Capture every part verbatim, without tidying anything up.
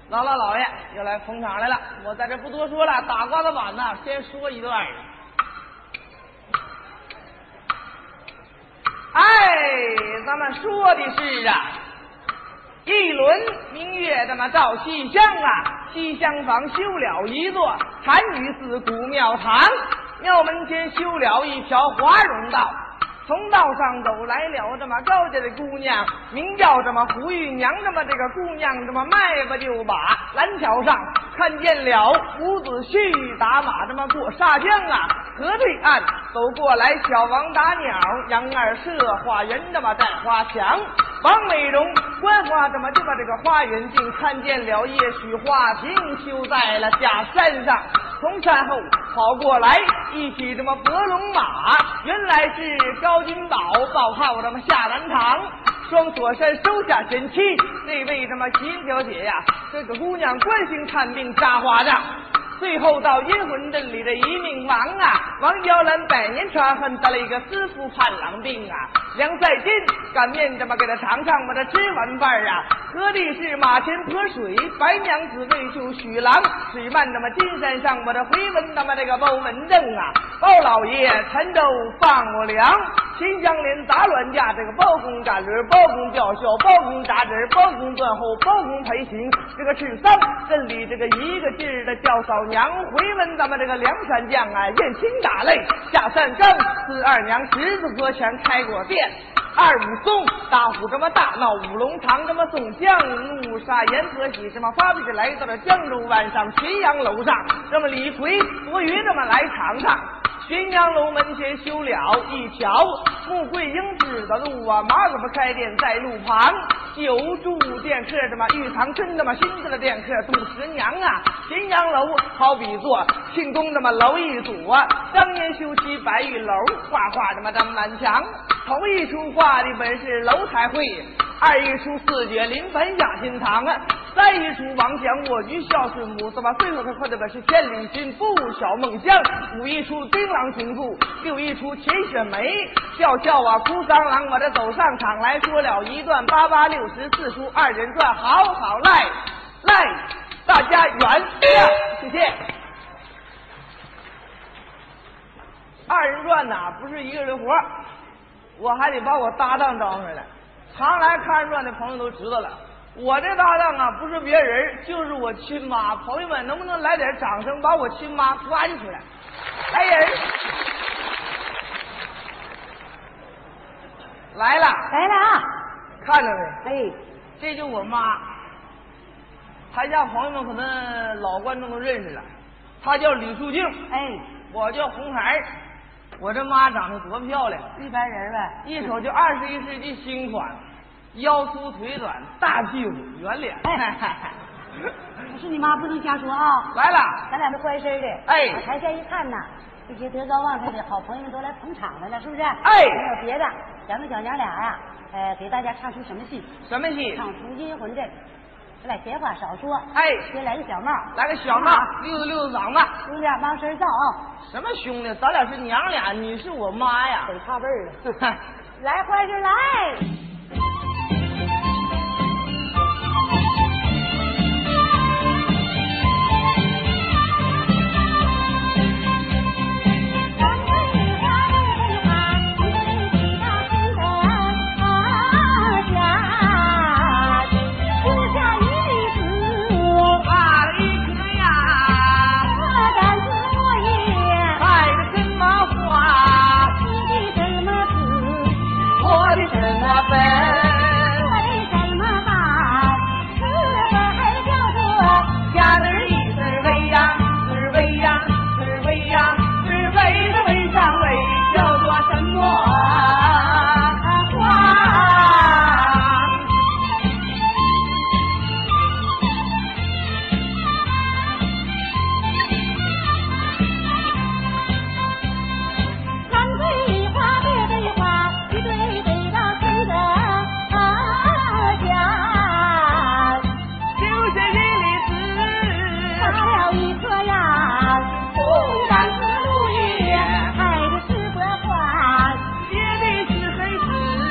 姥姥姥爷又来捧场来了，我在这不多说了，打瓜子板呢，先说一段。哎，咱们说的是啊，一轮明月这么照西厢啊，西厢房修了一座禅语寺古庙堂，庙门前修了一条华容道。从道上走来了这么高家的姑娘，名叫这么胡玉娘，这么这个姑娘这么迈吧就把蓝桥上看见了伍子胥打马这么过沙江啊，河对岸走过来小王打鸟，杨二射花园这么带花墙，王美荣观花这么就把这个花园竟看见了也许花亭修在了假山上，从山后跑过来一匹这么伯龙马，原来是高金宝报号这么下南堂，双锁山收下贤妻，那位这么秦小姐呀、啊，这个姑娘关心看病扎花仗，最后到阴魂镇里的一命亡啊，王娇兰百年传恨得了一个私腹叛狼病啊，梁赛金擀面这么给他尝尝把他吃完饭啊，何地是马前泼水，白娘子为救许郎，水漫这么金山上我的回文那么这个包文正啊，包老爷陈州放我粮，秦香莲打乱架，这个包公斩驴，包公吊孝，包公扎针，包公断后，包公陪行，这个赤桑镇里这个一个劲儿的叫嫂娘，回文咱们这个梁山将啊，燕青打擂下三纲，四二娘十字河前开过店，二武松大虎这么大闹五龙堂，这么宋江怒杀阎婆惜，这么发配来到了江州湾上浔阳楼上，这么李逵伯约这么来尝尝。浔阳楼门前修了一条穆桂英指的路啊，马怎么开店在路旁，久住店客这么玉堂春这么新子的店客杜十娘啊，浔阳楼好比作庆功这么楼一组啊，当年修起白玉楼，画画这么这么满墙，头一出画的本是楼台会，二一出四绝临盆下心堂啊，三一出王祥卧居孝顺母，这么最后他快的本是千里寻父小梦乡，五一出槟榔重复，六一出钱雪梅笑笑啊哭丧郎，我这走上场来说了一段八八六十四出二人转，好好来来，大家原谅，谢谢。二人转呐、啊、不是一个人活，我还得把我搭档招上来，常来看二人转的朋友都知道了，我这搭档啊不是别人，就是我亲妈，朋友们能不能来点掌声把我亲妈关出来？来人，来了来了啊！ 看着没？ 哎， 这就我妈，台下朋友们可能老观众都认识了，她叫李淑静， 哎， 我叫红孩。我这妈长得多漂亮， 一般人呗， 一瞅就二十一世纪新款，腰粗腿短，大屁股，圆脸。 我说你妈不能瞎说啊！ 来了， 咱俩是坏事的。 哎， 我台下一看呐，这些德高望重的好朋友们都来捧场来了，是不是？ 哎， 没有别的，咱们小娘俩呀、啊，呃，给大家唱出什么戏？ 什么戏？ 唱出阴魂阵。咱俩闲话少说， 哎， 先来个小帽， 来个小帽，溜达溜达嗓子。 兄弟，忙声造啊！ 什么兄弟？咱俩是娘俩，你是我妈呀， 得差辈儿了。来，坏事来！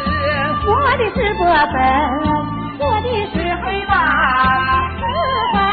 是波本，我的是黑马，是白。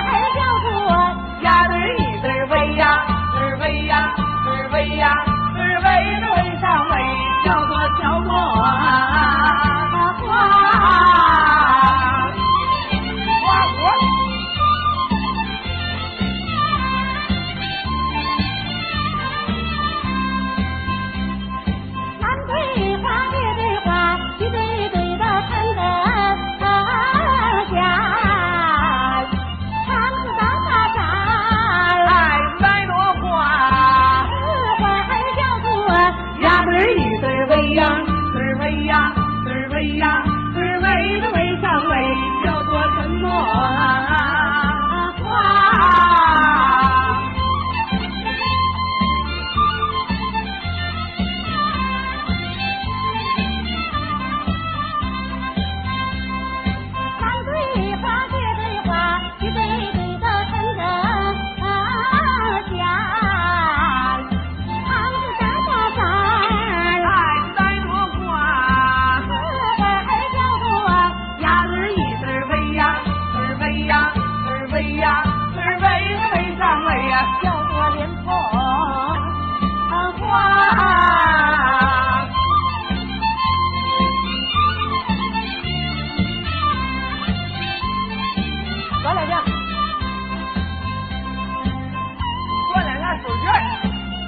转两下， 转两下手绢。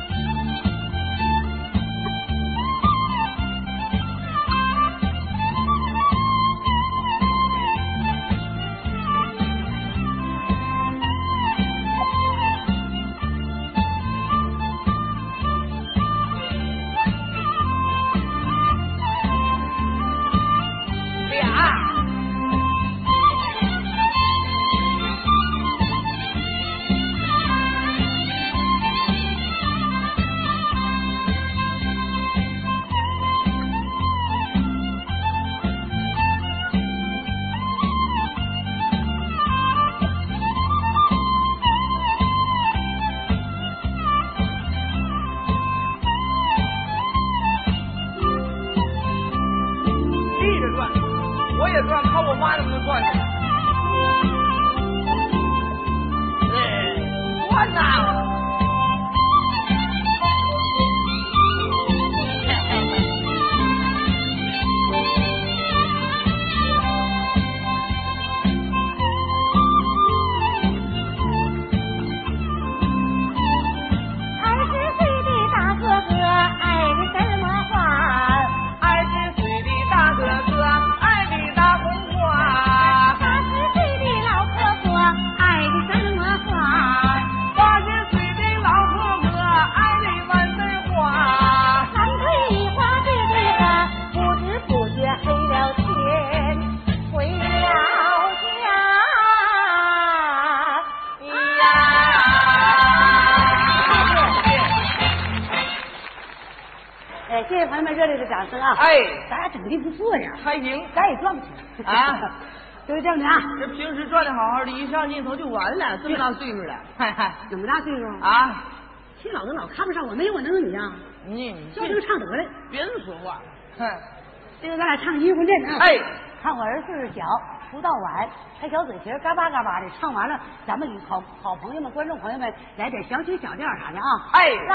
掌声啊！ 哎， 咱俩整的不错呀， 还行， 咱也赚不起啊！ 就是这样的啊， 这平时赚的好好的，一上镜头就完了，这么大岁数了，嗨嗨， 怎么大岁数啊？ 亲老子老看不上我，没有我能有你啊！ 你就这个唱得了， 别这么说话。哼， 这个咱俩唱《银魂阵》啊！ 哎， 看我儿岁数小，出道晚，开小嘴型，嘎巴嘎巴的，唱完了，咱们好好朋友们、观众朋友们来点小曲小调啥的啊！ 哎， 来。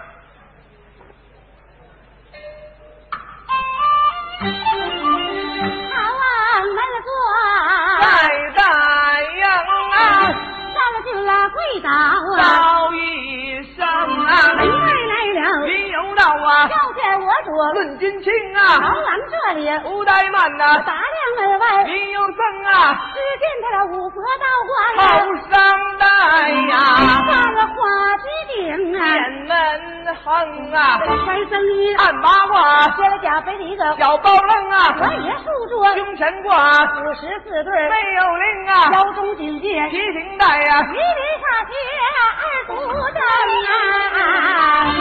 好望门座在大洋啊， 上了进了跪倒啊， 道一声啊， 门外来了， 云游道啊， 要见我主论军情啊， 朝郎这里不怠慢呐， 打量门外云游声啊， 只见他的五佛道观头上戴呀， 挂了花旗顶啊， 面门横啊， 穿僧衣按八卦， 接了甲背的一个小包楞啊， 我也竖着胸前挂五十四对没有铃啊， 腰中警戒提醒带呀， 一律下鞋二足蹬啊。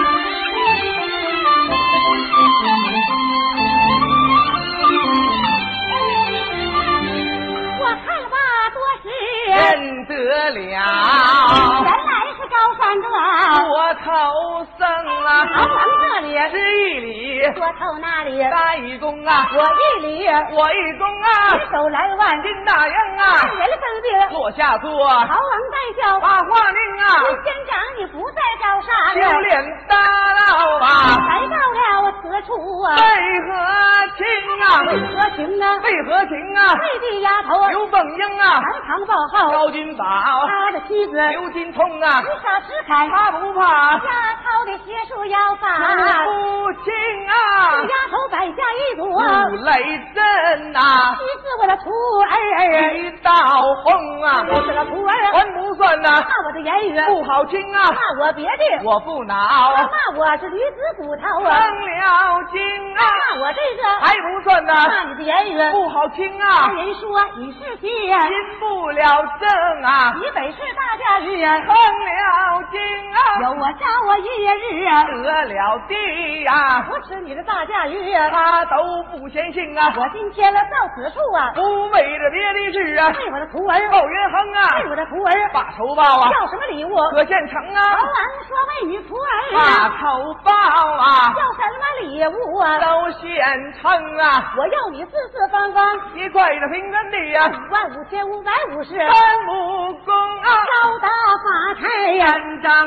我看吧，多时认得了， 原来是高山庄我头僧啊， 朝郎这里十一里， 多头那里大一公啊， 我一里我一公啊， 十手来万金大洋啊， 人生病坐下坐， 朝郎在笑把话令啊， 县长你不在高山修炼大道啊， 来到了此处啊， 为何情啊？ 为何情啊？ 为何情啊？ 废的丫头刘凤英啊， 堂堂报号高君宝， 他的妻子刘金通啊， 石傻石凯他不怕， 丫头的邪术要犯， 不情啊， 丫头摆下一朵如雷震啊， 你是我的徒儿， 一道红啊， 我是个徒儿， 还不算呐， 骂我的言语不好听啊， 骂我别的， 我不恼， 骂我是驴子骨头生啊， 了精啊， 骂我这个还不算呐， 骂你的言语不好听啊， 人说你是仙， 进不了正啊， 你本是大家人， 生了精啊， 有我教我一日啊， 得了地呀， 我是你的大驾驭啊， 他都不嫌性啊， 我今天了到此处啊， 不为着别的事啊， 为我的徒儿鲍元亨啊， 为我的徒儿把头报啊， 要什么礼物？ 可现成啊， 朝郎说为你徒儿把啊， 头报啊， 要什么礼物啊？ 都现成啊， 我要你四四方方一块的平分地呀， 五万五千五百五十， 三木工啊， 高大发财呀， 三张二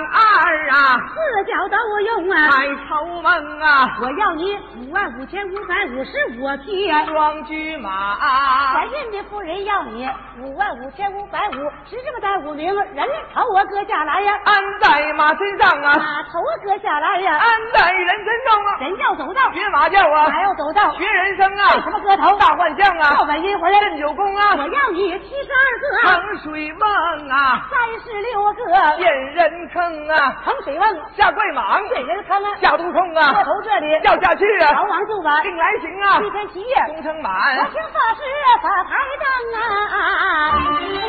儿啊， 四角都用啊， 开头门啊， 我要你五万五千五百五十五匹双驹马， 怀孕的妇人要你五万五千五百五十这么大五名人头我割下来呀， 安在马身上啊， 马头我割下来呀， 安在人身上啊， 人要走道， 学马叫啊， 马要走道， 学人生啊， 为什么割头？ 大幻象啊， 赵本阴魂镇九宫啊， 我要你七十二个衡水梦啊， 三十六个见人坑啊， 衡水梦下跪蟒， 对人坑啊， 下毒虫啊， 割头这里掉下去啊， 逃亡住吧， 定来行啊， 七天七夜功成满， 我请法师法台灯啊。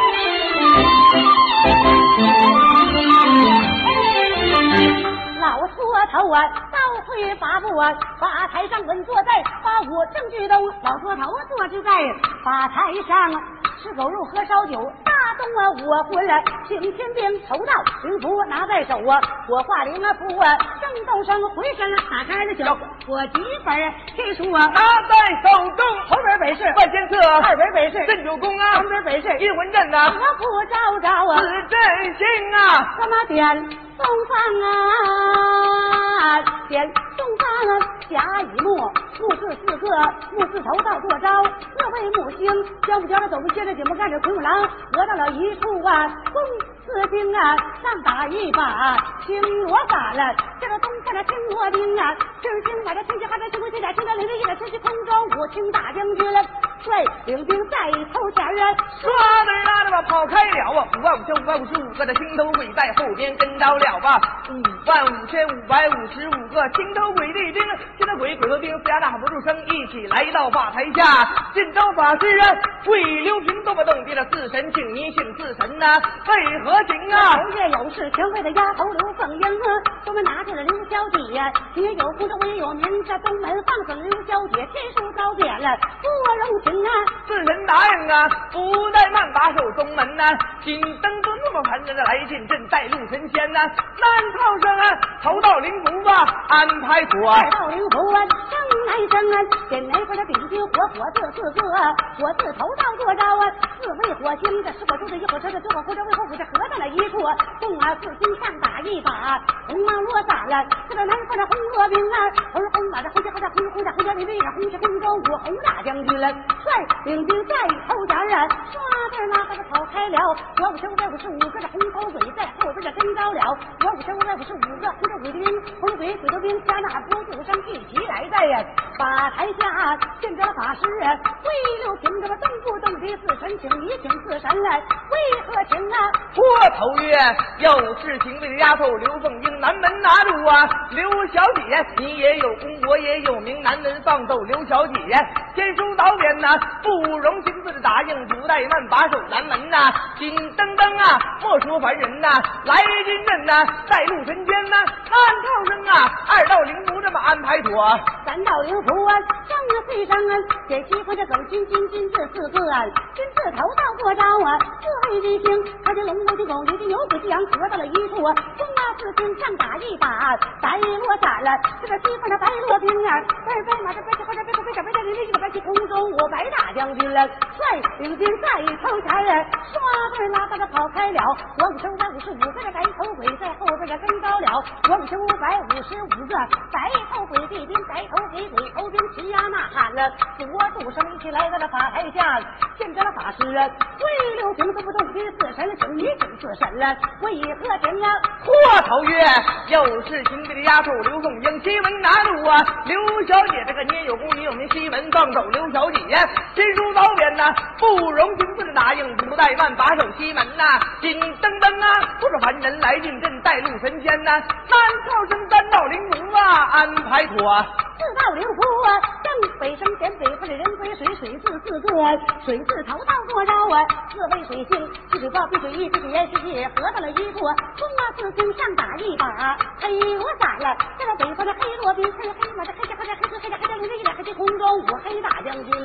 老秃头啊，倒推法布啊，法台上稳坐在八五正剧东，老秃头坐置在法台上，吃狗肉喝烧酒，大东啊我混了，请天兵筹到灵符拿在手啊，我画灵啊符啊，正动声回身打开了酒，我几本天书啊拿在手中， 头本本是万仙册， 二本本是镇九宫啊， 三本本是阴魂阵呐， 我不招招啊， 四阵星啊， 怎么点东方啊，点东方啊，甲乙木，木字四个，木字头到过招，四位木星，交不交着走不接着，紧不干着孔狼，得到了一处啊，公四兵啊，上打一把青罗法了，这个东方的青罗兵啊，青青把这青青哈着青灰青甲青的零零一点青青空中五清大将军了，率领兵在头前啊， 唰的拉的吧跑开了啊，五万五千五百五十五个的青头鬼在后边跟着了吧，五万五千五百五十五个青头鬼的兵，青头鬼鬼头兵四丫大喊不住声，一起来到法台下，进招法师啊，为刘平动不动的四神，请你请四神呐、啊，为何情啊？ 头夜有事前卫的丫头刘凤英啊，东门拿着了刘小姐，你也有功，我也有名，在东门放走刘小姐，天书早点了，不容情啊！ 四神答应啊，不怠慢把守东门呐、啊，金灯灯那么盘着来进阵，带路神仙呐、啊，南套上啊，头到灵符吧，安排妥。 二道灵符啊，生来生啊，点来过来顶金火火这四个，火字头到过招啊，四位火星这十火柱的一火车的九火火车为后火这合到了一处，众啊四星上打一把，红芒落洒了，这个南方的红罗兵啊，红红马的红旗红的红红的红旗绿绿的红旗红中五红大将军了，率领兵在头前啊，刷的那个跑开了，我五千五百五十五个的红头鬼在后边的跟着了，我五千五百五十五个红头鬼的兵，红鬼鬼头兵加那不住声一起来在呀法台下见着了法师啊，为六请这个东部东敌四神，请你请四神来，为何请啊？ 破头月有事情为丫头刘凤英南门拿路啊，刘小姐你也有功我也有名，南门放走刘小姐，天书导演呐、啊，不容情字的答应，不怠慢把守南门呐、啊，金灯灯啊，莫说凡人呐、啊，来进阵呐、啊，带路神仙呐、啊，按套声啊，二道灵符这么安排妥， 三道灵符啊，上啊岁上啊，点西方这走金金金这四个啊，金字头到过招啊，四位金星，他的龙头的狗牛的牛鬼的羊合到了一处啊，风啊四星上打一把，白罗斩了，这个西方的白罗兵啊，白白马这白旗或者白头白小白这里的一个白旗空中我白大将军了，率领兵在头前啊，刷对拉巴的跑开了，我五千五百五十五个的白头鬼在后边的跟着了，我五千五百五十五个白头鬼的兵，白头鬼鬼头兵齐呀呐喊了，多度声一起来到了法台下，见着了法师啊，为六请都不动的四神，请你请四神了，为何情啊？ 破头月有事情的丫头刘凤英西门拿路啊，刘小姐这个你也有功你有名，西门放走刘小姐，天书早点呐、啊，不容情字的答应，不怠慢把守西门呐、啊，金灯灯啊，不是凡人来进阵，带路神仙呐、啊，南靠生三道灵符啊，安排妥。 四道灵符啊，正北升前北方的人归水，水字四个，水字头到过招啊，四位水星，七水豹，碧水翼，碧水岩，西野合到了一处，风啊四星上打一把，黑罗斩了，这个北方的黑罗兵，黑黑马的黑黑黑黑黑黑黑黑黑黑黑空中五黑大将军了，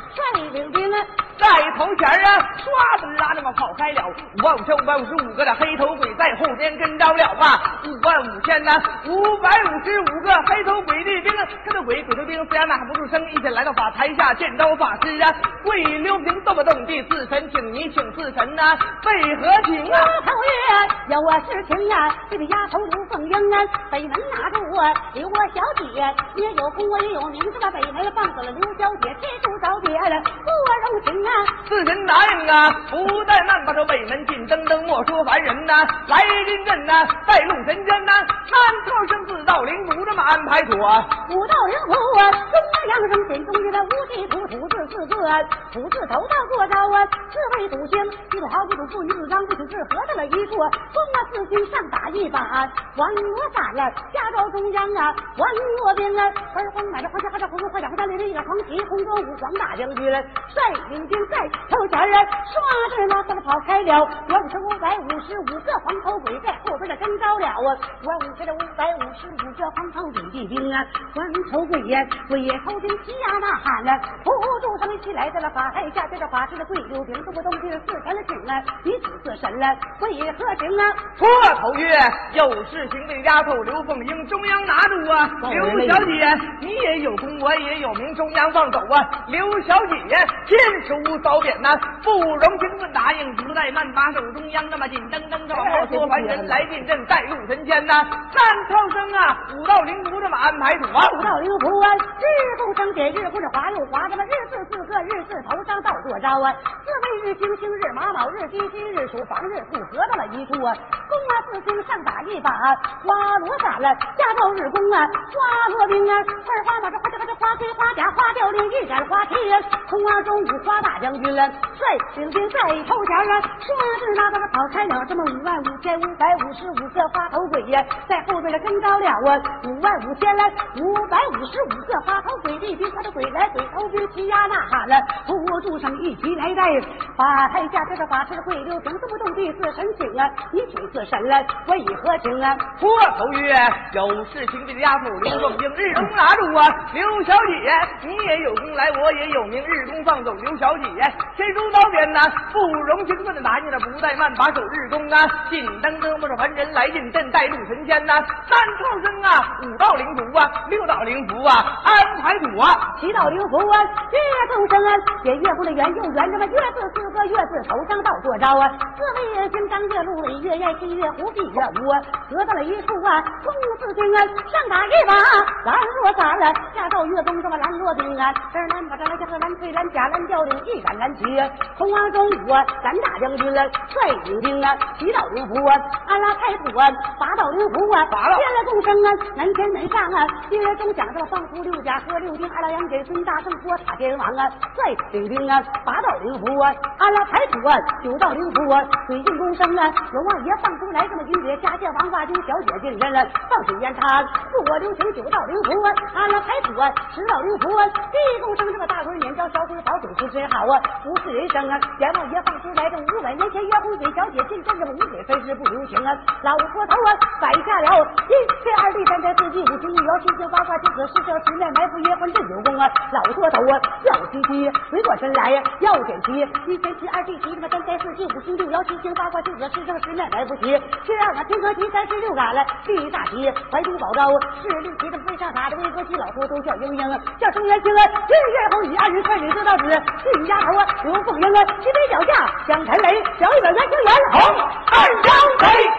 帅领兵啊， 在头前啊，唰的拉那么跑开了，五万五千五百五十五个的黑头鬼在后边跟着了啊，五万五千呢，五百五十五个黑头鬼的兵，跟着鬼鬼头兵虽然拿不住声，一起来到法台下见着法师啊，跪刘平动不动地四神请你请四神呐、啊，为何请啊？ 头月有我事情啊，这个丫头刘凤英啊，北门拿住我刘我小姐，也有功我也有名，这个北门放走了刘小姐，贴住早点了，不容情啊！ 四神答应啊，不怠慢，把这北门进登登，莫说凡人呐、啊，来临阵呐，带路神仙呐，三套生四道灵符这么安排妥， 五道灵符啊，中央阳生显中间的无地土土字四个，土字头道过招啊，四位祖星，一组豪一组妇女组张不土字合到了一处，风啊四星上打一把，黄罗斩了，下招中央啊，黄罗兵啊，儿黄买着黄家花着红花两家里的一个黄旗红装武黄大将军了，率领兵在头前啊，唰着拉灯跑开了，有成五百五十五个黄头鬼在后边的跟着了啊，我五千的五百五十五个黄头鬼的兵啊，黄头鬼呀，鬼也头兵齐呀呐喊了，扶住他们起来在了法台下，在这法师的跪六平动不动就是四神的请啊，你请四神了，为何请啊？ 破头月有事情的丫头刘凤英，中央拿住啊，刘小姐你也有功我也有名，中央放走啊，刘小姐天书早点呐，不容情分答应，不怠慢，把手中央那么紧噔噔这么莫说凡人来进阵，带路神仙呐，三套生啊，五道灵符这么安排妥啊， 五道灵符啊，日共生解，日共是滑又滑，这么日字四个，日字头上倒做招啊，四位日星星日马卯日金金日属房日兔合到了一处啊，公啊四星上打一把，花罗斩了，下招日公啊，花罗兵啊，二花马这花这这花盔花甲花吊令一斩花旗啊，空啊中午花大将军了，率领兵在头前啊，说是那个跑开了，这么五万五千五百五十五个花头鬼呀，在后边的跟着了啊，五万五千了，五百五十五个花头鬼的兵，他的鬼来鬼头兵齐呀呐喊了，扶住上一起来在法台下，这个法师跪六平动不动第四神请啊，你请四神了，为何请啊？ 破头月有事情这个丫头刘凤英，日中拿住啊，刘小姐你也有功来我也有名，日中放走刘小姐，天书刀边呐，不容情分的答应了，不怠慢，把守日中啊，紧登登不是凡人来进阵，带路神仙呐，三套生啊，五道灵符啊，六道灵符啊，安排妥啊， 七道灵符啊，月众生啊，也越不的圆又圆，这么月字四个，月字头上倒做招啊，四位月星张月禄尾月夜七月胡闭月五啊，得到了一处啊，公四星啊，上打一把，蓝若斩了，下照月中这么蓝若兵啊，这蓝把这蓝加个蓝翠蓝甲蓝吊领一杆蓝旗，空王中午啊，蓝大将军啊，率领兵啊，七道灵符啊，安拉开土啊，八道灵符啊，天来众生啊，南天门上啊，月中讲这放出六甲和六丁，二老杨给孙大圣说塔天王啊，率领兵啊，八道灵符啊，安拉开土啊，九道灵符啊，水镜公生啊，龙王爷放出来这么云姐下界王八精小姐进人了，放水烟叉，自我留情九道灵符啊，安拉开土啊，十道灵符啊，地公生这么大鬼免招小鬼保九十真好啊，不是人生啊，阎王爷放出来这五百年前约红嘴小姐进真这么五嘴分尸不留情啊，老脱头啊，摆下了一天二地三天四季五行六爻七星八卦九子十蛇十面埋伏约婚这九宫啊，老脱头啊，笑嘻嘻回过神来呀，要点齐一天七二地七这么三天四季五行六爻七星八卦九子十蛇十面埋伏齐，十二马天河齐三十六杆了，第大齐怀中宝刀是六齐这么飞上塔的威哥齐老头都叫英英啊，叫声元清啊，日月红雨二人率领这道子，这丫头啊刘凤英啊，西北脚下蒋陈雷，小一本元清元红二张飞。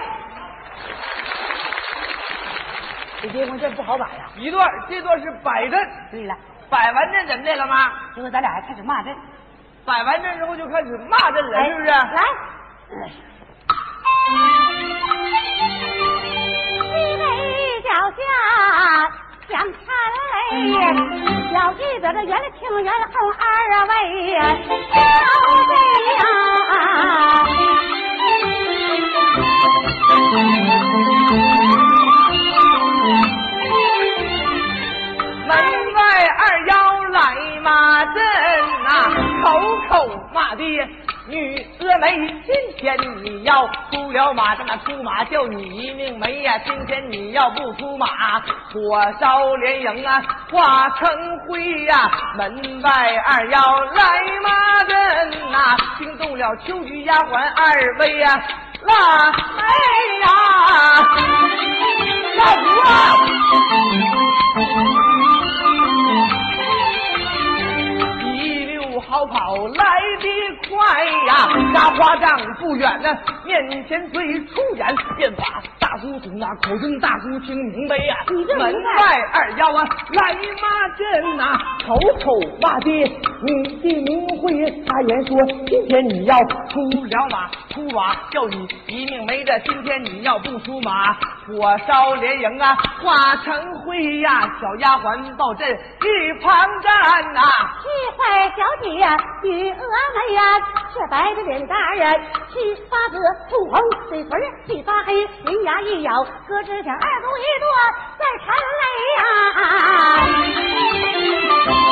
这结婚阵不好摆呀、啊， 一段这段是摆阵。 对了， 摆完阵怎么的了吗？ 结果咱俩还开始骂阵。 摆完阵之后就开始骂阵了， 哎、 是不是？ 来，西北脚下蒋陈雷，小记者的元清元红二位小飞呀。 门外二妖来骂阵呐、啊，口口骂的女峨眉心天你要出了马，这么出马叫你一命没呀、啊！今天你要不出马，火烧连营啊，化成灰呀、啊！门外二要来马阵呐、啊，惊动了秋菊丫鬟二位呀、啊，拉来呀！老五啊！逃跑来得快呀，大花帐不远呢，面前最出眼，便把大叔从那口中大叔听明白呀、啊。门外二幺啊，来马阵呐、啊，口口骂爹，你的名讳他言说，今天你要出了马，出马叫你一命没的，今天你要不出马，火烧连营啊，化成灰呀、啊，小丫鬟抱阵一旁站呐、啊， 气坏小姐呀，女娥妹呀，雪白的脸蛋呀，七八个通红，嘴唇细发黑，银牙一咬，咯吱响，二足一跺，在沉泪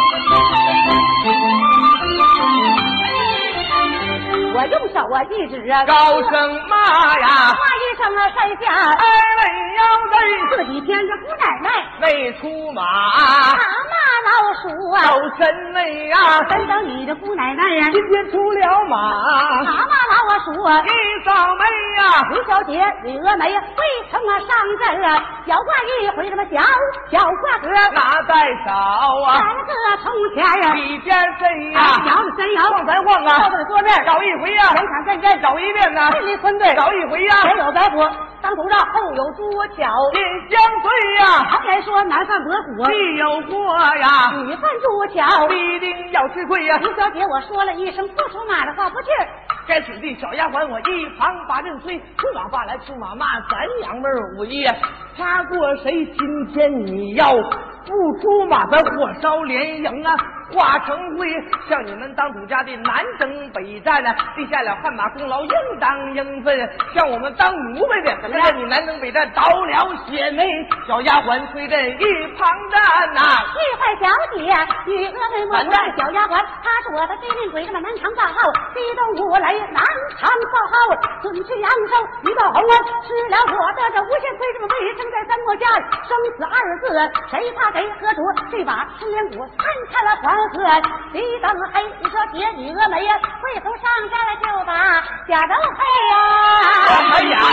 呀。我用手啊一指啊， 高声骂呀， 骂一声啊，山下二位腰背， 自己偏着姑奶奶没出马， 打骂老鼠啊， 走神内呀， 等等你的姑奶奶呀， 今天出了马， 打骂老鼠啊， 一扫眉呀， 李小姐李娥梅呀，未曾啊上阵啊，脚挂一回什么脚脚挂个拿在手啊， 三个铜钱呀， 里边身呀， 摇着三摇晃三晃啊， 到这桌面找一回呀， 前场阵阵找一遍呐， 顺利村队找一回呀， 前有白虎当头照，后有朱巧林相随呀， 常言说男犯伯虎必有祸呀， 女犯朱巧必定要吃亏呀。 李小姐我说了一声不出马的话不去， 该死的小丫鬟我一旁把阵催，出马罢来出马骂，咱娘们儿武艺差过谁？今天你要不出马，咱火烧连营啊，化成灰，向你们当主家的南征北战呢、啊，立下了汗马功劳，应当应分；向我们当奴婢的，怎么让你南征北战倒了血霉？小丫鬟催阵一旁站呐、啊， 气坏小姐女娥妹莫不是小丫鬟，她是我的飞令鬼，这么南唐报号，激动武雷南唐报号，准去阳寿一道红啊，吃了我的这无限亏，这么未生在三国家，生死二字谁怕谁？何主这把青莲谷参看了黄河，一等黑，你说姐女娥梅呀，会头上山了就把假都黑呀， 哎呀，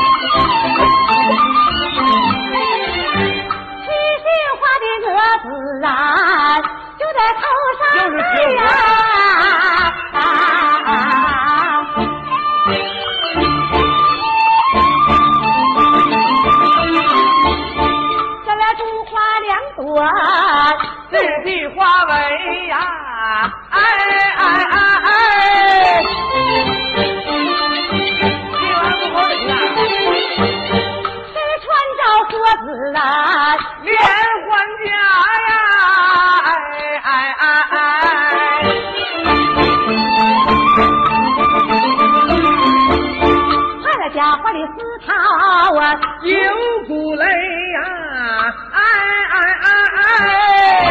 七姓花的蛾子啊，就在头上飞呀。啊啊啊这俩珠花两朵， 四季花蕊呀，哎哎哎哎，一碗不好领啊， 是穿着鸽子啊， 连环甲呀，哎哎哎哎， 看了家伙的丝绦啊， 有股雷呀，哎哎哎哎，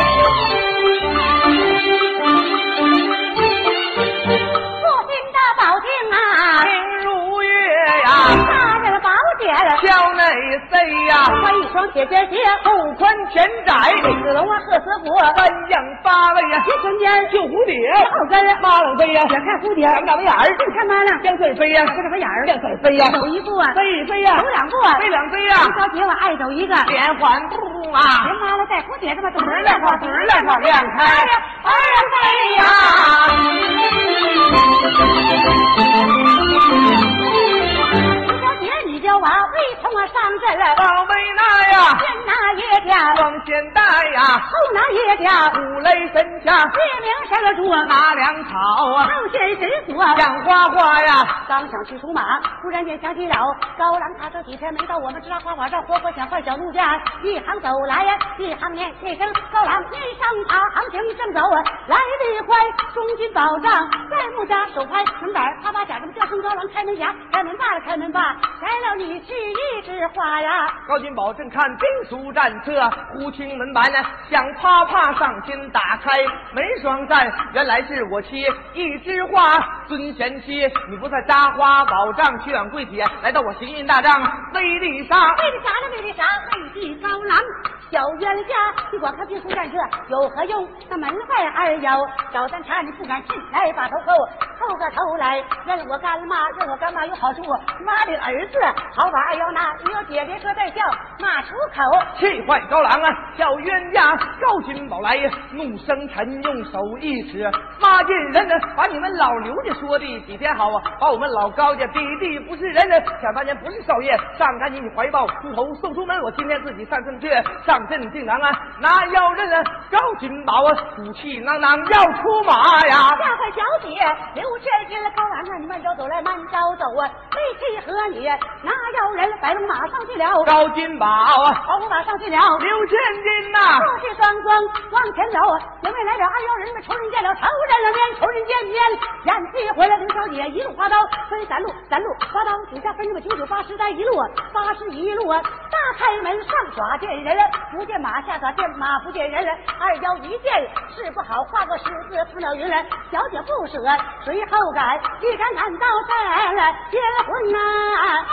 父亲的宝镜啊， 明如月呀， 大人的宝剑鞘内塞呀， 穿一双铁尖鞋， 后宽前窄， 子龙啊鹤死虎， 三样八位呀， 一瞬间绣蝴蝶， 后跟马冷飞呀， 眼看蝴蝶， 长长的眼儿， 正看妈呢， 两腿飞呀， 这什么眼儿？ 两腿飞呀， 走一步啊， 飞一飞呀， 走两步啊， 飞两飞呀， 李小姐我爱走一个， 连环步啊， 连妈了带蝴蝶这么嘴儿亮跑，嘴儿亮跑，亮开， 哎呀飞呀！李小姐你叫我为从我上阵了， 宝贝那呀， 先拿一条， 光线带呀， 后拿一条， 五雷神枪， 月明山了主拿粮草啊， 后现神锁， 像花花呀， 刚想去出马，突然间想起了高郎，他这几天没到我们这花花这活活想换小路家，一行走来呀，一行念一声高郎，念上他行情正走啊，来得快，中军保障在木家手拍门板，啪啪假这么叫声高郎开门侠，开门罢了开门罢，开了你一句一枝花呀。 高金宝正看兵书战策，忽听门板呢响啪啪上前打开门双扇，原来是我妻一枝花。尊贤妻，你不在扎花宝帐，屈远跪帖，来到我行运大帐威力杀。 威力杀了，威力杀，黑地高郎。小冤家，你光看兵书战策有何用？那门外二妖找咱查，你不敢进来把头扣，扣个头来认我干妈，认我干妈有好处。妈的儿子，好把二妖拿，你有姐别说带笑，骂出口。 气坏高郎啊！小冤家高金宝来，怒声沉，用手一指，骂尽人呢！把你们老刘家说的几天好啊？把我们老高家比地不是人呢！想当年不是少爷，上赶紧你怀抱出头送出门，我今天自己上阵去上。镇定囊啊，拿腰人啊，高金宝啊，武气囊囊要出马呀！ 下回小姐刘千金了，高郎啊，你慢着走来，慢着走啊！背气和你拿腰人，白龙马上去了， 高金宝啊， 白龙马上去了， 刘千金呐， 过去双双往前走，前面来了二妖人们，仇人见了仇人了面，仇人见面，眼气回来刘小姐一路花刀，分三路，三路花刀，九下分这么九九八十带一路，八十一路啊，大开门上耍见人了。不见马下耍见马，不见人了。二妖一见事不好，画个十字碰到云了。小姐不舍，随后赶一杆赶到山了，结婚啊！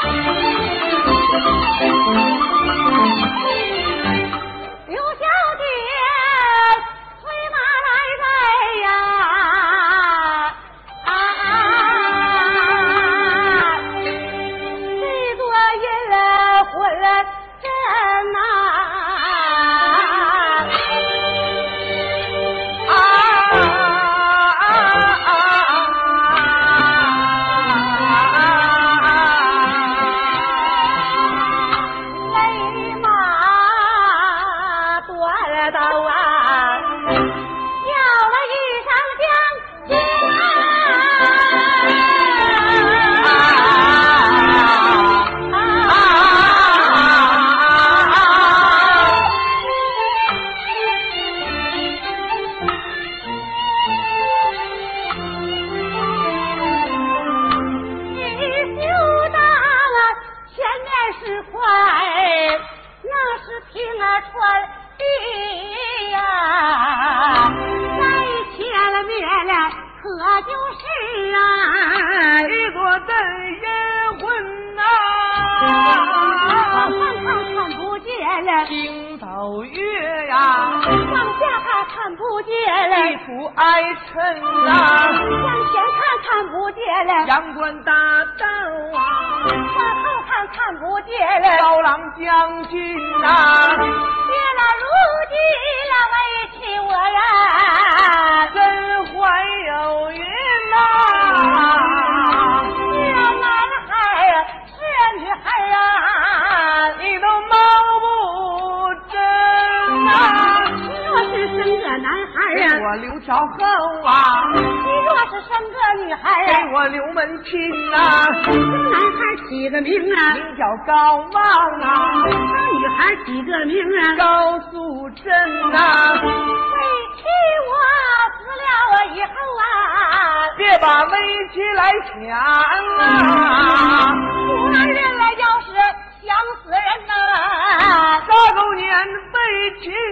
刘小姐催马来在呀，啊啊！这座阴了婚了真呐！ 星斗月呀， 往下看看不见了， 地处哀沉啊， 往前看看不见了， 阳关大道啊， 往后看看不见了， 高郎将军啊， 别了如今了为妻我呀， 身怀有孕呐， 是男孩呀，是女孩啊， 你都貌不真呐。 你若是生个男孩呀， 给我留条后啊； 你若是生个女孩呀， 给我留门亲啊。 男孩起个名啊， 名叫高望啊； 女孩起个名啊， 高素贞啊。 为妻我死了以后啊， 别把为妻来抢啊！ 我人来要是想死人呐， 大狗年被擒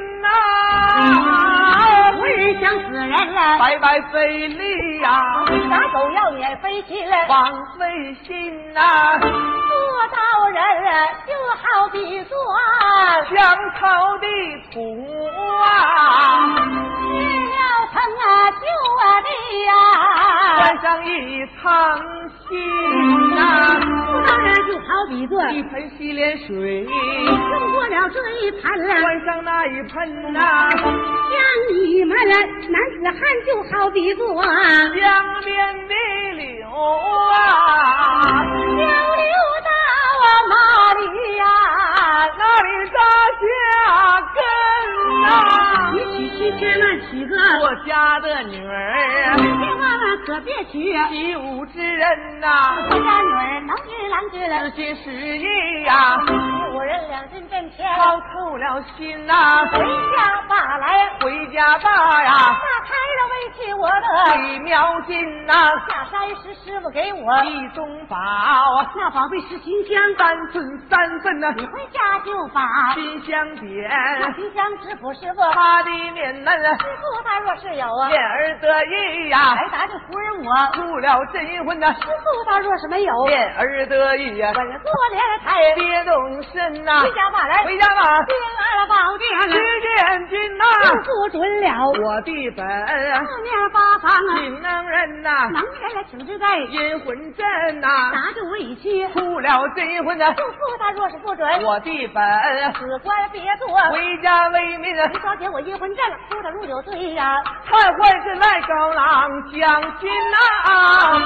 呐， 我人想死人了， 白白费力呀， 打狗要免费心了， 枉费心呐， 做到人就好比做墙头的土啊， 吃了层啊就啊的呀， 换上一层心呐， 做到人就好比做一盆洗脸水， 用过了这一盆了， 换上那一盆呐， 像你们男子汉就好比做两边的流啊， 流流到啊哪里呀？ 那里扎下根啊！ 你娶妻千万娶个我家的女儿， 千万万可别娶习武之人呐， 我家女儿能知郎知了， 知心实意呀， 有人人两人阵前， 好透了心呐， 回家吧来， 回家吧呀， 那开了围棋我的最妙劲呐， 下山时师傅给我一宗宝， 那宝贝是金香， 三寸三分呐， 你回家就把金香点， 那金香师傅师傅， 他的面呐， 师傅他若是有啊， 言而得意呀， 来答就夫人我出了真婚呐， 师傅他若是没有， 言而得意呀， 稳坐莲台， 别动身呐， 回家吧来， 回家吧， 进来了宝殿， 去见君呐， 师傅准了我的本四面八方啊， 请能人呐， 能人来请之在阴婚阵呐， 拿着委屈， 出了真婚呐， 师傅他若是不准， 我的本此官别做， 回家为民啊， 你小姐我阴婚阵，夫他入有罪呀， 太坏是来高郎将军呐，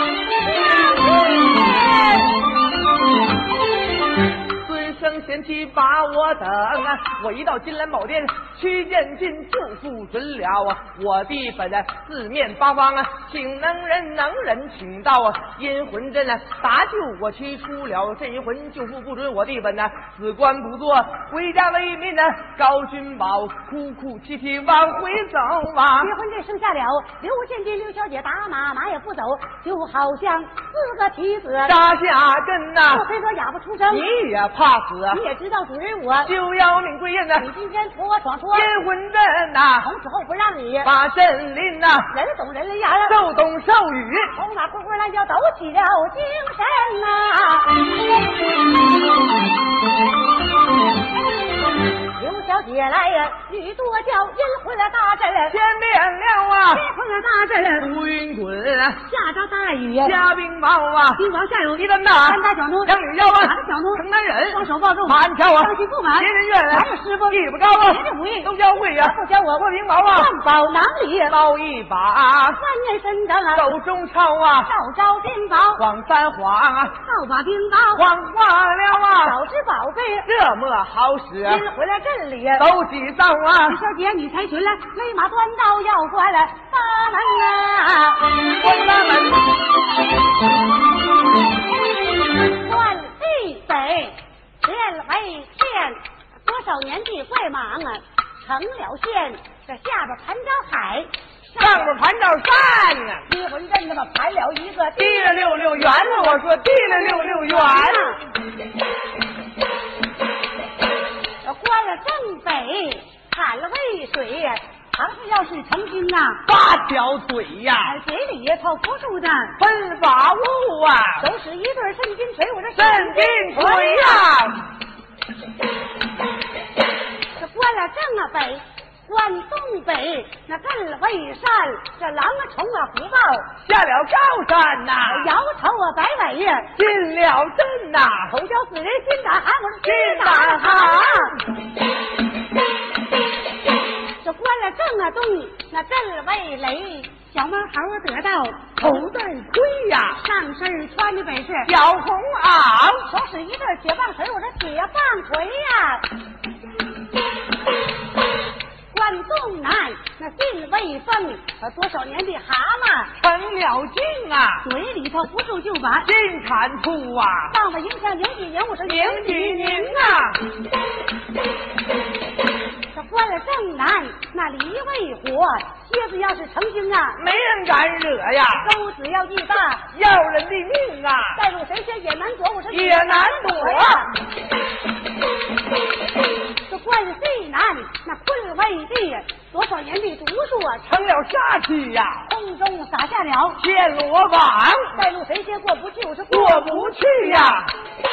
尊圣贤妻把我等啊，我一到金兰宝殿去见君，就不准了啊，我的本啊，四面八方啊，请能人能人请到啊，阴魂阵啊，搭救我去，出了真魂，就不不准我的本啊，死官不做，回家为民啊，高君宝哭哭啼啼往回走啊， 结婚这剩下了刘县君刘小姐打马马也不走，就好像四个蹄子扎下根呐， 不非说哑不出声， 你也怕死啊， 你也知道主人我就要命归雁呐， 你今天图我闯出阴魂阵呐， 从此后不让你把阵林呐， 人懂人言， 受懂受语， 从那哭哭来叫抖起了精神呐。刘小姐来呀，女多叫阴魂了大阵， 天变了啊， 阴魂了大阵， 乌云滚， 下着大雨， 下冰雹啊， 冰雹下有一担大， 三大小奴， 两女腰啊， 哪个小奴成男人， 双手抱住， 满桥啊， 上心不满， 别人怨， 还有师傅艺不高啊， 别的不义都教会呀， 不教我过冰雹啊， 万宝囊里捞一把， 三年身长啊， 手中抄啊， 照照冰雹， 晃三晃啊， 倒把冰雹晃化了啊， 找只宝贝， 这么好使， 阴回来镇里都几道啊， 李小姐女才群了，勒马端刀要关了大门啊， 关大门， 关地北，县为县，多少年地怪忙啊，成了县，这下边盘着海， 上边盘着山呢， 离魂阵那么盘了一个提了溜溜圆了，我说提了溜溜圆， 关了正北，砍了渭水，唐氏要是成精啊， 八条腿呀， 嘴里头扶住的分法物啊， 都是一对肾金锤，我这肾金锤呀， 这关了正啊北，关东北，那艮了渭山，这狼啊虫啊虎豹下了高山呐， 摇头啊摆尾呀， 进了阵呐， 头叫死人心胆寒，我说心胆寒。 这关了正啊东，那艮了渭雷，小猫猴得到头戴盔呀， 上身穿的本是小红袄， 手使一对铁棒锤，我说铁棒锤呀。关东南那进威风，呃多少年的蛤蟆成了精啊， 嘴里头不住就把金铲出啊， 上了迎向迎几迎，我说迎几迎啊， 这关了正南那离为火，蝎子要是成精啊， 没人敢惹呀， 钩子要一大， 要人的命啊， 带路谁先也难躲，我说也难躲呀。 这关了最南那困魏地，多少年的毒树啊， 成了杀气呀， 空中撒下了天罗网， 带路谁先过不去，我说过不去呀。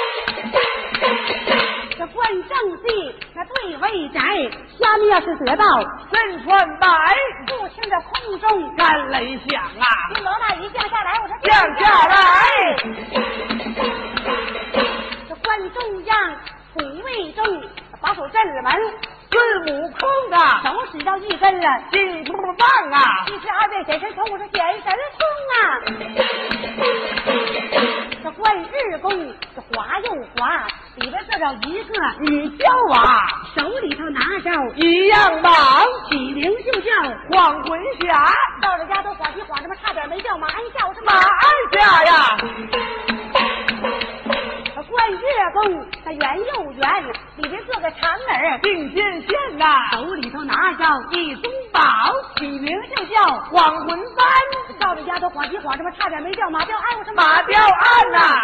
这关正地那对魏宅，下面要是得到身穿白， 不听这空中干雷响啊， 金罗那一降下来，我说降下来。 这关中央虎卫中，把手镇了门， 孙悟空啊， 手使到一根了金箍棒啊， 一十二变显神通，我说显神通啊。这关日公这滑又滑，里边这叫一个你教啊， 手里头拿着一样棒， 起灵就叫晃魂侠， 到了家都晃起晃着嘛，差点没叫马鞍下，我说马鞍下呀。 关月风，他圆又圆，里边做个长耳并肩线呐， 手里头拿着一宗宝，起名就叫黄魂幡。 照着丫头晃急晃什么，差点没掉马吊鞍，我是马吊鞍呐。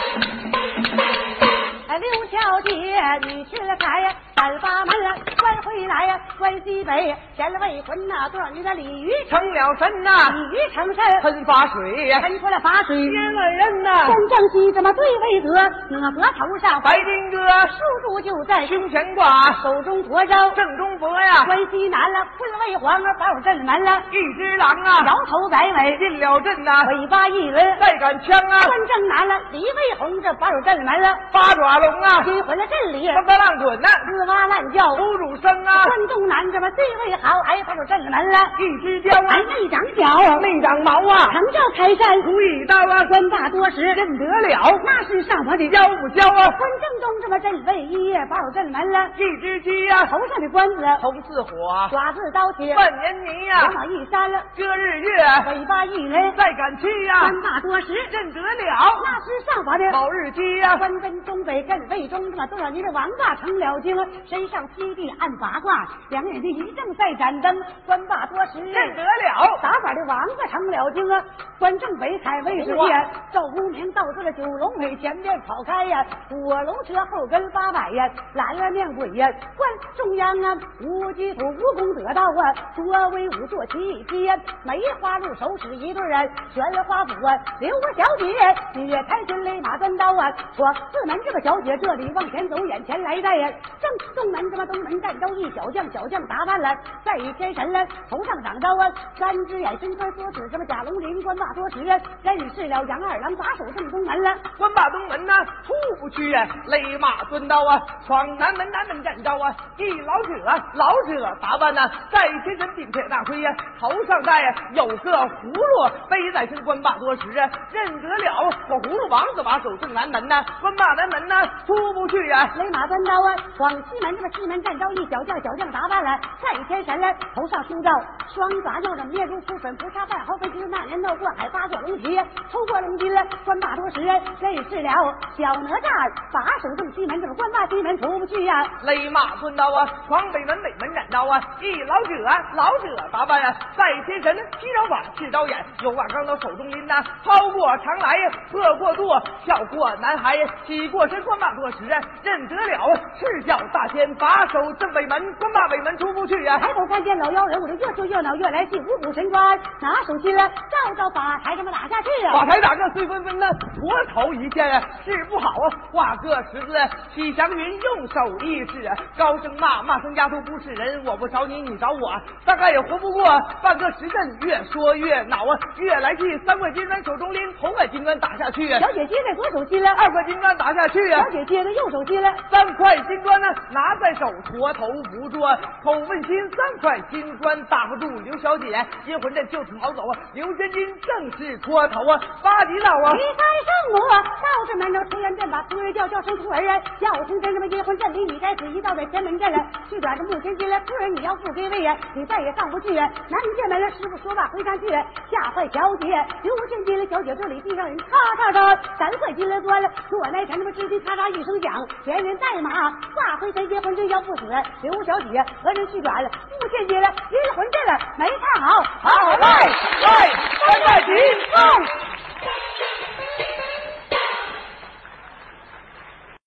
刘小姐，你吃了菜呀，三八门了，关回来呀，关西北，前了未婚呐，多少年的鲤鱼成了身呐， 鲤鱼成身， 喷发水呀， 喷出了法水， 冤枉人呐， 东正西这么对为格，我额头上白金戈， 书柱就在胸前挂， 手中佛招， 正中佛呀， 关西南了，坤为皇儿保镇门了， 一只狼啊， 摇头摆尾进了阵呐， 尾巴一抡再赶枪啊， 关正南了，李为红这保镇门了， 八爪龙啊， 进回了镇里， 三个浪准呐， 吱哇乱叫， 哺乳声啊， 关东南这么最为好，哎，保镇门了， 一只雕啊， 哎，内长角， 内长毛啊， 长照开山， 如一刀啊， 官大多时认得了， 那是上房的教不教啊？ 关正东这么镇卫一夜保镇门了， 一只鸡呀， 头上的冠子红似火， 爪子刀铁， 万年泥呀， 两马一山了， 遮日月， 尾巴一抡， 再赶气呀， 官大多时认得了， 那是上房的卯日鸡呀， 关奔东北镇卫中这么多少年的王八成了精，身上西地按八卦，两眼睛一正在展灯，关霸多时认得了， 打法的王八成了精啊！关正北凯卫士殿，赵无名到这了九龙尾前边跑开呀，火龙车后跟八百呀，蓝了面鬼呀，关中央啊，无基土无功得道啊，多威武做奇迹呀，梅花鹿手使一对啊，玄花斧啊，刘小姐你开心勒马钻刀啊，我四门这个小姐这里往前走，眼前来在呀，正东门这么东门站着一小将，小将打扮了，在天神了，头上长刀啊，三只眼身穿梭子，什么甲龙鳞关霸多时啊，认识了杨二郎把守正东门了， 关霸东门呐，出不去呀，勒马钻刀啊，闯南门南门站招啊，一老者老者打扮呐，在天神顶铁大盔呀，头上戴呀有个葫芦，背在身关霸多时啊，认得了我葫芦王子把守正南门呐，关霸南门呐，出不去呀， 勒马钻刀啊，往西门这么西门站招一小将，小将打扮了，在天神了，头上书罩，双爪要着面如出粉，不差半毫分之那人闹过海，八角龙旗，抽过龙筋了，关霸多时认识了小哪吒把守正西门，这么关霸西门出不去呀， 勒马钻刀啊，闯北门北门斩刀啊，一老者老者打扮呀，在天神七招法赤刀眼，有把钢刀手中拎呐，抛过长来呀，破过肚，跳过南海，起过身，关霸多时认得了赤脚大仙把守正北门，关霸北门出不去呀， 抬头看见老妖人，我就越说越恼，越来气五虎神官拿手心了，照照法台这么打下去啊， 法台打个碎纷纷呢，佛头一见啊，是不好啊，画个十字，许祥云用手一指，高声骂，骂声丫头不是人，我不找你，你找我，大概也活不过半个时辰，越说越恼啊，越来气，三块金砖手中拎，头块金砖打下去啊， 小姐接在左手心了， 二块金砖打下去啊， 小姐接在右手心了， 三块金砖呢拿在手，脱头不住，口问心，三块金砖打不住刘小姐，阴魂阵就此逃走啊，刘千金正是脱头啊，八级道啊， 离开圣母到这门头，突然便把徒儿叫叫声徒儿啊，要听真什么阴魂阵里你该死一道在前门阵了，去转着木千金了，徒儿你要不给位呀，你再也上不去啊，南进门了，师傅说罢回上去，吓坏小姐，刘千金了，小姐这里地上人咔嚓嚓，三块金了钻了，左来前他妈吱吱咔嚓一声响，前人带马化回神结魂阵要不死，刘小姐和人去转了，木千金了，阴魂阵了没看好， 好来来，三块金， 送。